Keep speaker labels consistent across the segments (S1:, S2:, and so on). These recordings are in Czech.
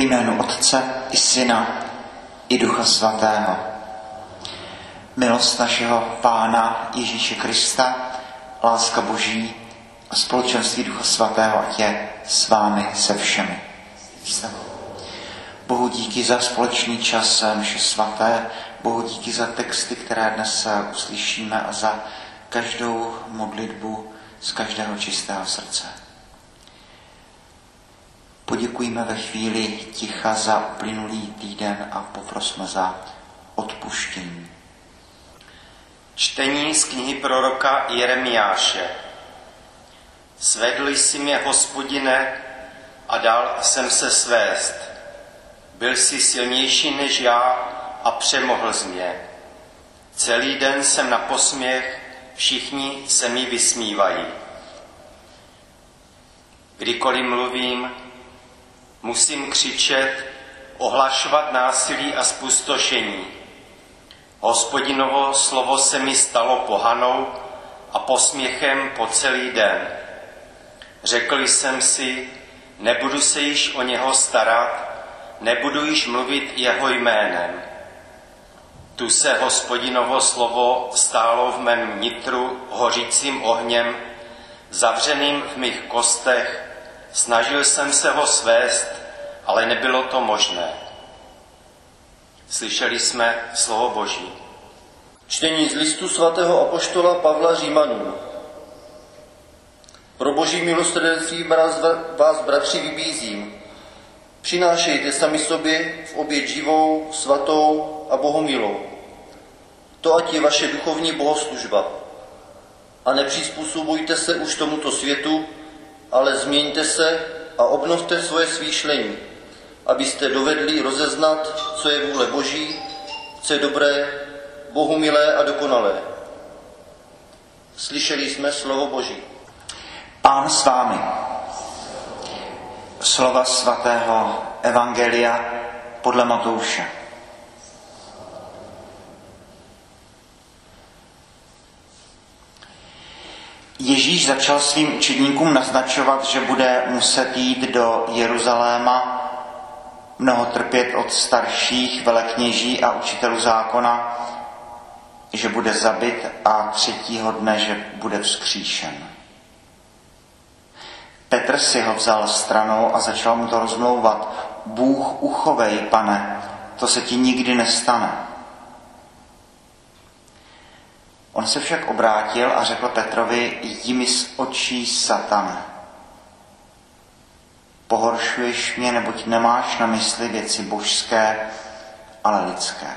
S1: Ve jménu Otce i Syna i Ducha Svatého. Milost našeho Pána Ježíše Krista, láska Boží a společenství Ducha Svatého, ať je s vámi se všemi. Bohu díky za společný čas mše svaté, Bohu díky za texty, které dnes uslyšíme a za každou modlitbu z každého čistého srdce. Poděkujeme ve chvíli ticha za uplynulý týden a poprosme za odpuštění.
S2: Čtení z knihy proroka Jeremiáše. Svedl jsi mě, Hospodine, a dal jsem se svést. Byl jsi silnější než já a přemohl jsi mě. Celý den jsem na posměch, všichni se mi vysmívají. Kdykoliv mluvím, musím křičet, ohlašovat násilí a zpustošení. Hospodinovo slovo se mi stalo pohanou a posměchem po celý den. Řekl jsem si, nebudu se již o něho starat, nebudu již mluvit jeho jménem. Tu se Hospodinovo slovo stálo v mém nitru hořícím ohněm, zavřeným v mých kostech. Snažil jsem se ho svést, ale nebylo to možné. Slyšeli jsme slovo Boží.
S3: Čtení z listu svatého apoštola Pavla Římanům. Pro Boží milosrdenství vás, bratři, vybízím. Přinášejte sami sobě v oběť živou, svatou a bohumilou. To ať je vaše duchovní bohoslužba. A nepřizpůsobujte se už tomuto světu, ale změňte se a obnovte svoje smýšlení, abyste dovedli rozeznat, co je vůle Boží, co je dobré, bohumilé a dokonalé. Slyšeli jsme slovo Boží.
S1: Pán s vámi. Slova svatého Evangelia podle Matouše. Ježíš začal svým učedníkům naznačovat, že bude muset jít do Jeruzaléma, mnoho trpět od starších velekněží a učitelů zákona, že bude zabit a třetího dne, že bude vzkříšen. Petr si ho vzal stranou a začal mu to rozmlouvat. Bůh uchovej, Pane, to se ti nikdy nestane. On se však obrátil a řekl Petrovi, jdi mi z očí, satane. Pohoršuješ mě, neboť nemáš na mysli věci božské, ale lidské.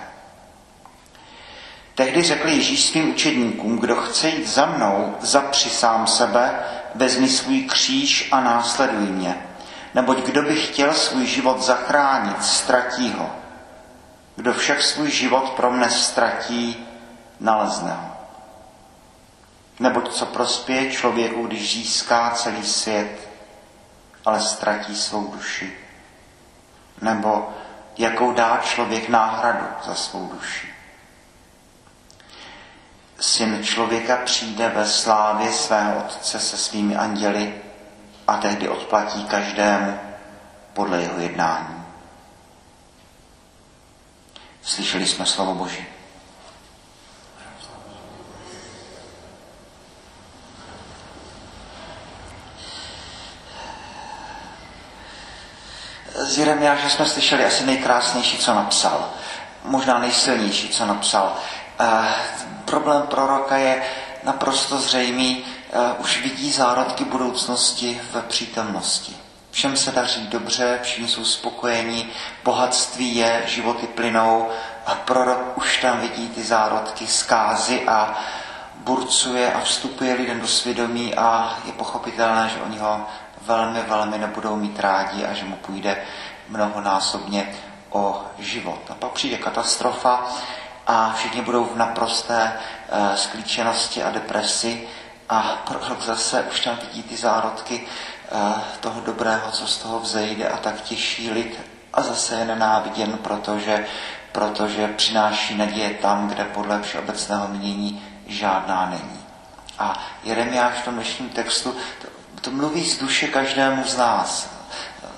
S1: Tehdy řekl Ježíš svým učedníkům, kdo chce jít za mnou, zapři sám sebe, vezmi svůj kříž a následuj mě. Neboť kdo by chtěl svůj život zachránit, ztratí ho. Kdo však svůj život pro mne ztratí, nalezne ho. Neboť co prospěje člověku, když získá celý svět, ale ztratí svou duši? Nebo jakou dá člověk náhradu za svou duši? Syn člověka přijde ve slávě svého Otce se svými anděli a tehdy odplatí každému podle jeho jednání. Slyšeli jsme slovo Boží. Z Jeremiáše jsme slyšeli asi nejkrásnější, co napsal. Možná nejsilnější, co napsal. Problém proroka je naprosto zřejmý. Už vidí zárodky budoucnosti v přítomnosti. Všem se daří dobře, všichni jsou spokojení, bohatství je, životy plynou a prorok už tam vidí ty zárodky zkázy a burcuje a vstupuje lidem do svědomí a je pochopitelné, že oni ho velmi, velmi nebudou mít rádi a že mu půjde mnohonásobně o život. A pak přijde katastrofa a všichni budou v naprosté sklíčenosti a depresi a prorok zase už tam vidí ty zárodky toho dobrého, co z toho vzejde a tak těší lid a zase je nenáviděn, protože přináší naděje tam, kde podle všeobecného mínění žádná není. A Jeremiáš v tom dnešním textu to mluví z duše každému z nás.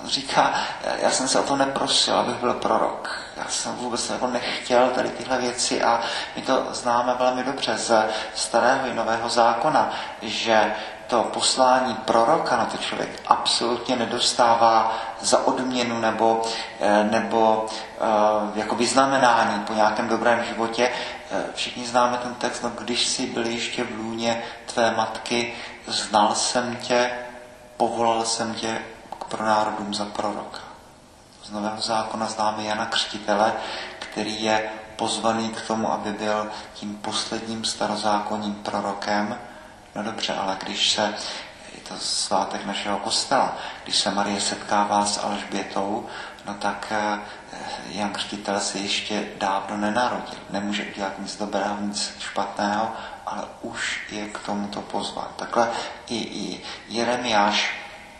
S1: říká, já jsem se o to neprosil, abych byl prorok. Já jsem vůbec jako nechtěl tady tyhle věci a my to známe velmi dobře ze Starého i Nového zákona, že to poslání proroka, no to člověk absolutně nedostává za odměnu nebo jako vyznamenání po nějakém dobrém životě. Všichni známe ten text, no když jsi byl ještě v lůně tvé matky, znal jsem tě, povolal jsem tě pro národům za proroka. Z Nového zákona známe Jana Křtitele, který je pozvaný k tomu, aby byl tím posledním starozákonním prorokem. No dobře, ale když se, je to svátek našeho kostela, když se Marie setkává s Alžbětou, no tak Jan Křtitel se ještě dávno nenarodil. Nemůže udělat nic dobrého, nic špatného, ale už je k tomuto pozván. Takhle i Jeremiáš,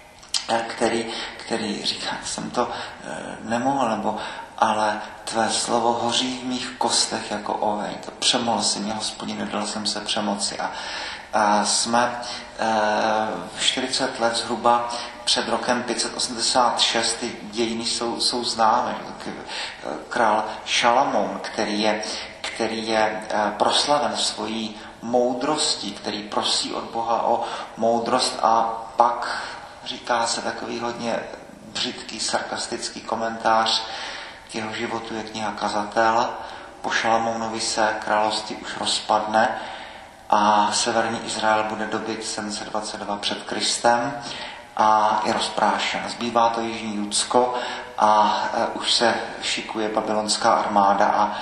S1: který říká, jsem to nemohl, ale tvé slovo hoří v mých kostech jako oheň. To přemohl si mě, Hospodine, nedal jsem se přemoci. A jsme 40 let zhruba před rokem 586, ty dějiny jsou známé. Král Šalamoun, který je proslaven svojí moudrostí, který prosí od Boha o moudrost a pak říká se takový hodně břitký, sarkastický komentář k jeho životu je kniha Kazatel. Po Šalamounovi se království už rozpadne a severní Izrael bude dobyt 722 před Kristem a je rozprášen. Zbývá to jižní Judsko a už se šikuje babylonská armáda a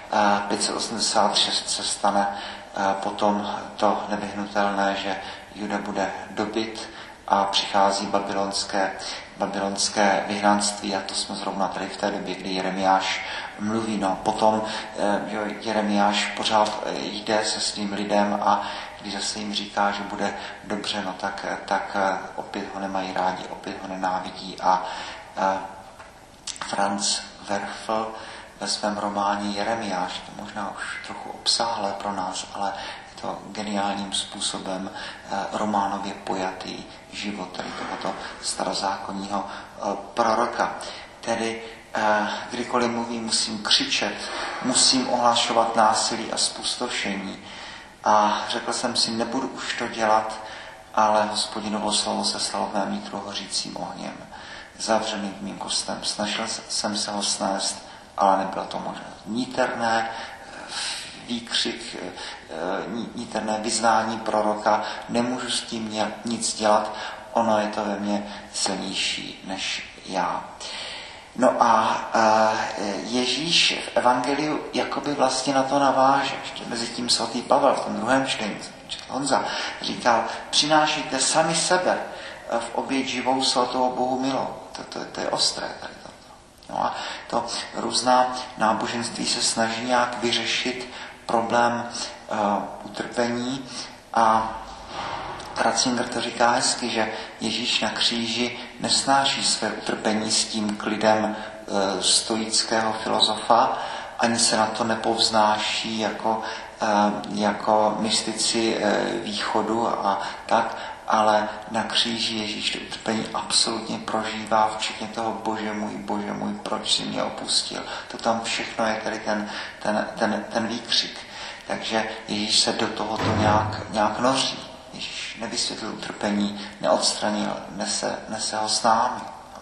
S1: 586 se stane potom to nevyhnutelné, že Juda bude dobyt a přichází babylonské vyhnanství a to jsme zrovna tady v té době, kdy Jeremiáš mluví. No, potom Jeremiáš pořád jde se svým lidem a když se jim říká, že bude dobře, no tak opět ho nemají rádi, opět ho nenávidí a Franz Werfel ve svém románě Jeremiáš, to možná už trochu obsáhlé pro nás, ale je to geniálním způsobem románově pojatý život tady tohoto starozákonního proroka. Tedy kdykoliv mluvím, musím křičet, musím ohlašovat násilí a zpustošení. A řekl jsem si, nebudu už to dělat, ale Hospodinovo slovo se stalo v mém nitru hořícím ohněm, zavřeným mým kostem. Snažil jsem se ho snést, ale nebylo to možné. Níterné výkřik, níterné vyznání proroka, nemůžu s tím nic dělat, ono je to ve mně silnější než já. No a Ježíš v evangeliu jakoby vlastně na to naváže. Ještě mezi tím svatý Pavel v tom druhém čtení, Honza, říkal, přinášejte sami sebe v oběť živou svatou Bohu milou. To je ostré tady toto. No a to různá náboženství se snaží nějak vyřešit problém utrpení a Ratzinger to říká hezky, že Ježíš na kříži nesnáší své utrpení s tím klidem stoického filozofa, ani se na to nepovznáší jako mystici východu a tak, ale na kříži Ježíš to utrpení absolutně prožívá, včetně toho Bože můj, proč jsi mě opustil. To tam všechno je tady ten výkřik. Takže Ježíš se do tohoto nějak noří. Ježíš nevysvětlil utrpení, neodstranil, nese ho s námi.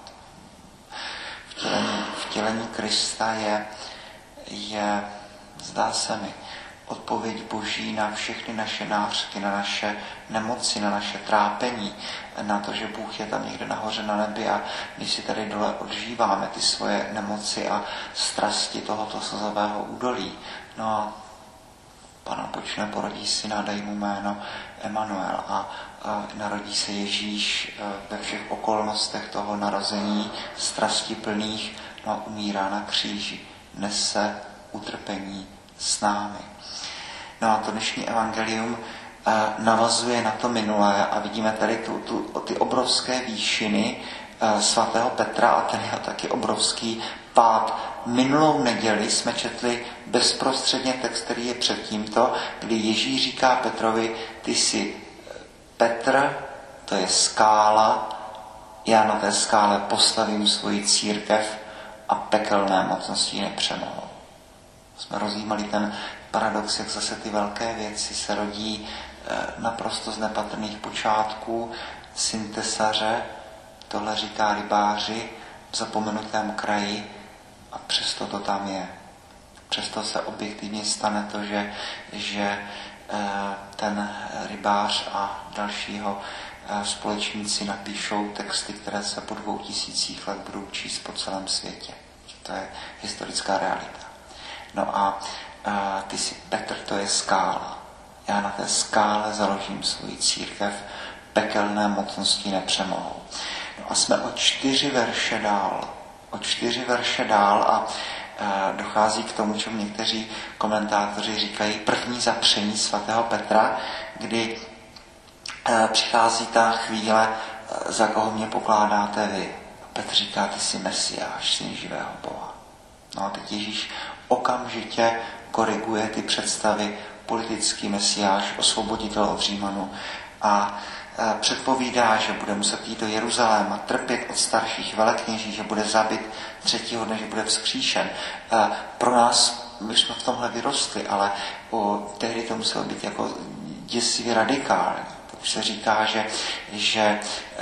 S1: Vtělení Krista je, zdá se mi, odpověď Boží na všechny naše nářky, na naše nemoci, na naše trápení, na to, že Bůh je tam někde nahoře na nebi a my si tady dole odžíváme ty svoje nemoci a strasti tohoto slzového údolí. No a Pana počne, porodí syna, dej mu jméno Emanuel a narodí se Ježíš ve všech okolnostech toho narození, strasti plných, no a umírá na kříži, nese utrpení s námi. No a to dnešní evangelium navazuje na to minulé a vidíme tady ty obrovské výšiny svatého Petra a ten je taky obrovský pád. Minulou neděli jsme četli bezprostředně text, který je před tímto, kdy Ježíš říká Petrovi, ty jsi Petr, to je skála, já na té skále postavím svoji církev a pekelné mocnosti ji nepřemohou. Jsme rozjímali ten paradox, jak zase ty velké věci se rodí naprosto z nepatrných počátků, syn tesaře, tohle říká rybáři v zapomenutém kraji a přesto to tam je. Přesto se objektivně stane to, že ten rybář a dalšího společníci napíšou texty, které se po 2000 let budou číst po celém světě. To je historická realita. No a ty si, Petr, to je skála. Já na té skále založím svoji církev, pekelné mocnosti nepřemohou. No a jsme o 4 verše dál a dochází k tomu, čemu někteří komentátoři říkají první zapření svatého Petra, kdy přichází ta chvíle, za koho mě pokládáte vy. Petr říká, ty jsi Mesiáš, syn živého Boha. No a teď Ježíš okamžitě koriguje ty představy, politický Mesiáš, osvoboditel od Římanů a předpovídá, že bude muset jít do Jeruzaléma, trpět od starších velekněží, že bude zabit 3. dne, že bude vzkříšen. Pro nás, my jsme v tomhle vyrostli, ale tehdy to muselo být jako děsivě radikální. Už se říká, že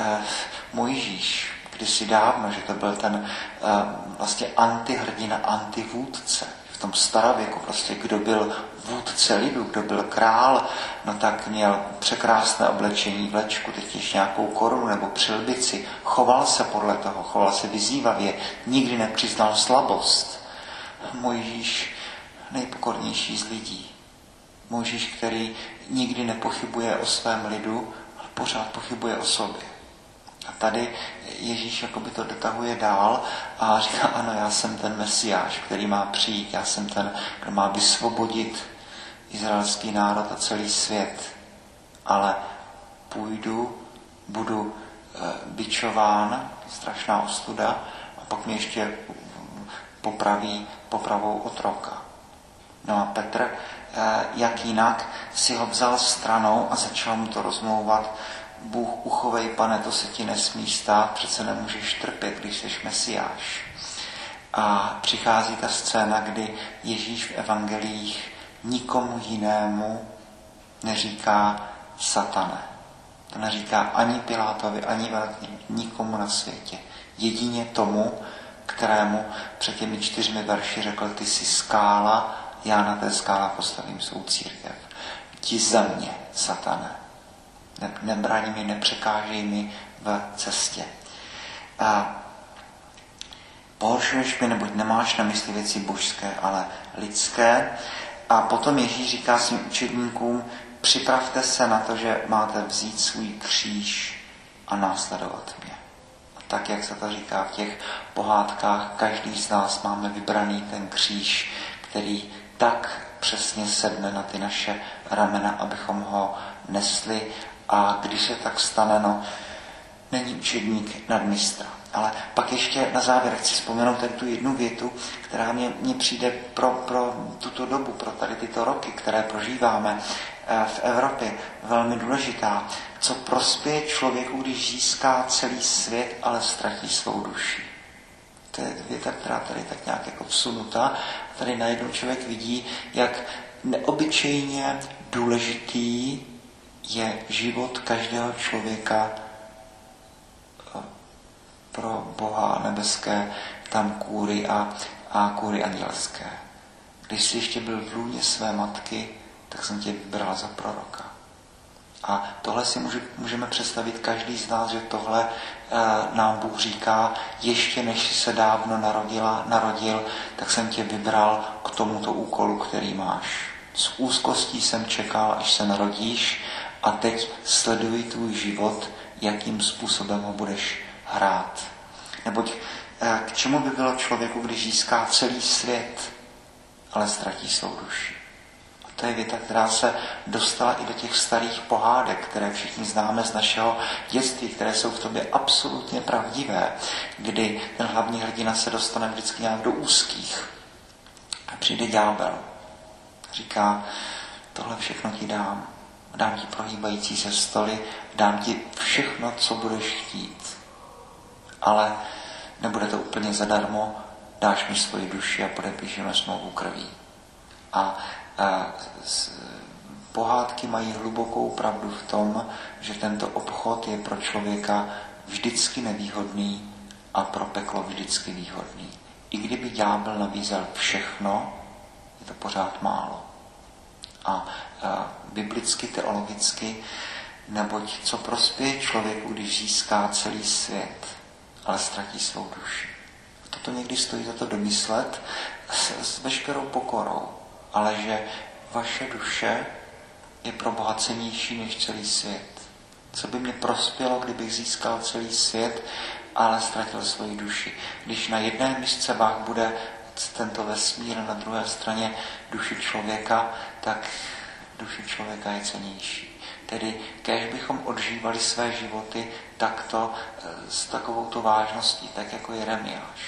S1: Mojžíš kdysi dávno, že to byl ten vlastně antihrdina, antivůdce. V tom starověku prostě, kdo byl vůdce lidu, kdo byl král, no tak měl překrásné oblečení, vlečku, teď ještě nějakou korunu nebo přilbici, choval se podle toho, choval se vyzývavě, nikdy nepřiznal slabost. Mojžíš nejpokornější z lidí. Mojžíš, který nikdy nepochybuje o svém lidu, ale pořád pochybuje o sobě. A tady Ježíš jakoby to dotahuje dál a říká, ano, já jsem ten Mesiáš, který má přijít, já jsem ten, kdo má vysvobodit izraelský národ a celý svět. Ale půjdu, budu bičován, strašná ostuda, a pak mě ještě popraví popravou otroka. No a Petr, jak jinak, si ho vzal stranou a začal mu to rozmlouvat. Bůh, uchovej, Pane, to se ti nesmí stát, přece nemůžeš trpět, když jsi Mesiáš. A přichází ta scéna, kdy Ježíš v evangeliích nikomu jinému neříká satane. To neříká ani Pilátovi, ani velkým, nikomu na světě. Jedině tomu, kterému před těmi 4 verši řekl, ty jsi skála, já na té skále postavím svou církev. Jdi za mě, satane. Nebrání mi, nepřekážej mi v cestě. Pohoršuješ mi, neboť nemáš na mysli věci božské, ale lidské. A potom Ježíš říká svým učedníkům, připravte se na to, že máte vzít svůj kříž a následovat mě. A tak, jak se to říká v těch pohádkách, každý z nás máme vybraný ten kříž, který tak přesně sedne na ty naše ramena, abychom ho nesli. A když se tak stane, no, není učedník nad mistra. Ale pak ještě na závěr chci vzpomenout tu jednu větu, která mě přijde pro tuto dobu, pro tady tyto roky, které prožíváme v Evropě, velmi důležitá. Co prospěje člověku, když získá celý svět, ale ztratí svou duši. To je věta, která tady tak nějak jako vsunutá. Tady najednou člověk vidí, jak neobyčejně důležitý je život každého člověka pro Boha nebeské, tam kůry a kůry andělské. Když jsi ještě byl v lůně své matky, tak jsem tě vybral za proroka. A tohle si můžeme představit každý z nás, že tohle nám Bůh říká, ještě než jsi se dávno narodil, tak jsem tě vybral k tomuto úkolu, který máš. S úzkostí jsem čekal, až se narodíš, a teď sleduj tvůj život, jakým způsobem ho budeš hrát. Neboť k čemu by bylo člověku, když získá celý svět, ale ztratí svou duši? A to je věta, která se dostala i do těch starých pohádek, které všichni známe z našeho dětství, které jsou v tobě absolutně pravdivé, kdy ten hlavní hrdina se dostane vždycky nějak do úzkých. A přijde ďábel. Říká, tohle všechno ti dám. Dám ti prohýbající se stoly, dám ti všechno, co budeš chtít. ale nebude to úplně zadarmo, dáš mi svoji duši a podepíšeme smlouvu krví. A pohádky mají hlubokou pravdu v tom, že tento obchod je pro člověka vždycky nevýhodný a pro peklo vždycky výhodný. I kdyby ďábel nabízel všechno, je to pořád málo. A biblicky, teologicky, neboť co prospěje člověku, když získá celý svět, ale ztratí svou duši. Toto někdy stojí za to domyslet s veškerou pokorou, ale že vaše duše je pro Boha cennější než celý svět. Co by mě prospělo, kdybych získal celý svět, ale ztratil svoji duši. Když na jedné misce vah bude tento vesmír, na druhé straně duši člověka, tak duši člověka je cennější. Tedy kéž bychom odžívali své životy takto, s takovouto vážností, tak jako Jeremiáš.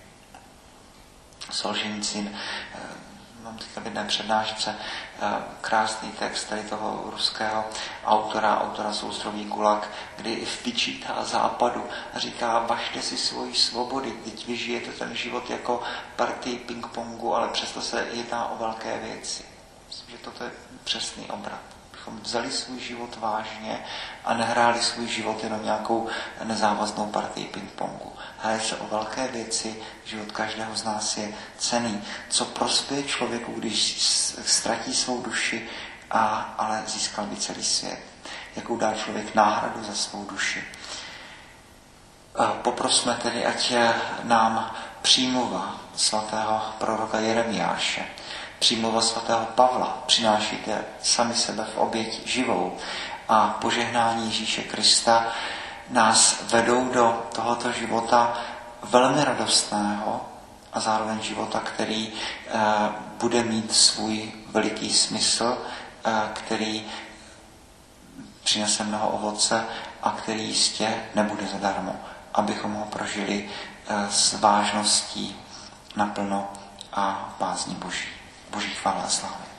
S1: Solženicin, mám teďka v jedné přednášce krásný text tady toho ruského autora sousloví Gulag, kdy vyčítá západu a říká, važte si svoji svobody, teď vy žijete ten život jako partii ping-pongu, ale přesto se jedná o velké věci. Myslím, že toto je přesný obrat. Bychom vzali svůj život vážně a nehráli svůj život jenom nějakou nezávaznou partii ping-pongu. Hraje se o velké věci, život každého z nás je cenný. Co prospěje člověku, když ztratí svou duši, ale získal by celý svět? Jakou dá člověk náhradu za svou duši? Poprosme tedy, ať nám přímluva svatého proroka Jeremiáše, přímluva svatého Pavla, přinášíte sami sebe v oběť živou a požehnání Ježíše Krista nás vedou do tohoto života velmi radostného a zároveň života, který bude mít svůj veliký smysl, který přinese mnoho ovoce a který jistě nebude zadarmo, abychom ho prožili s vážností naplno a bázní Boží. Boží chvála a slávy.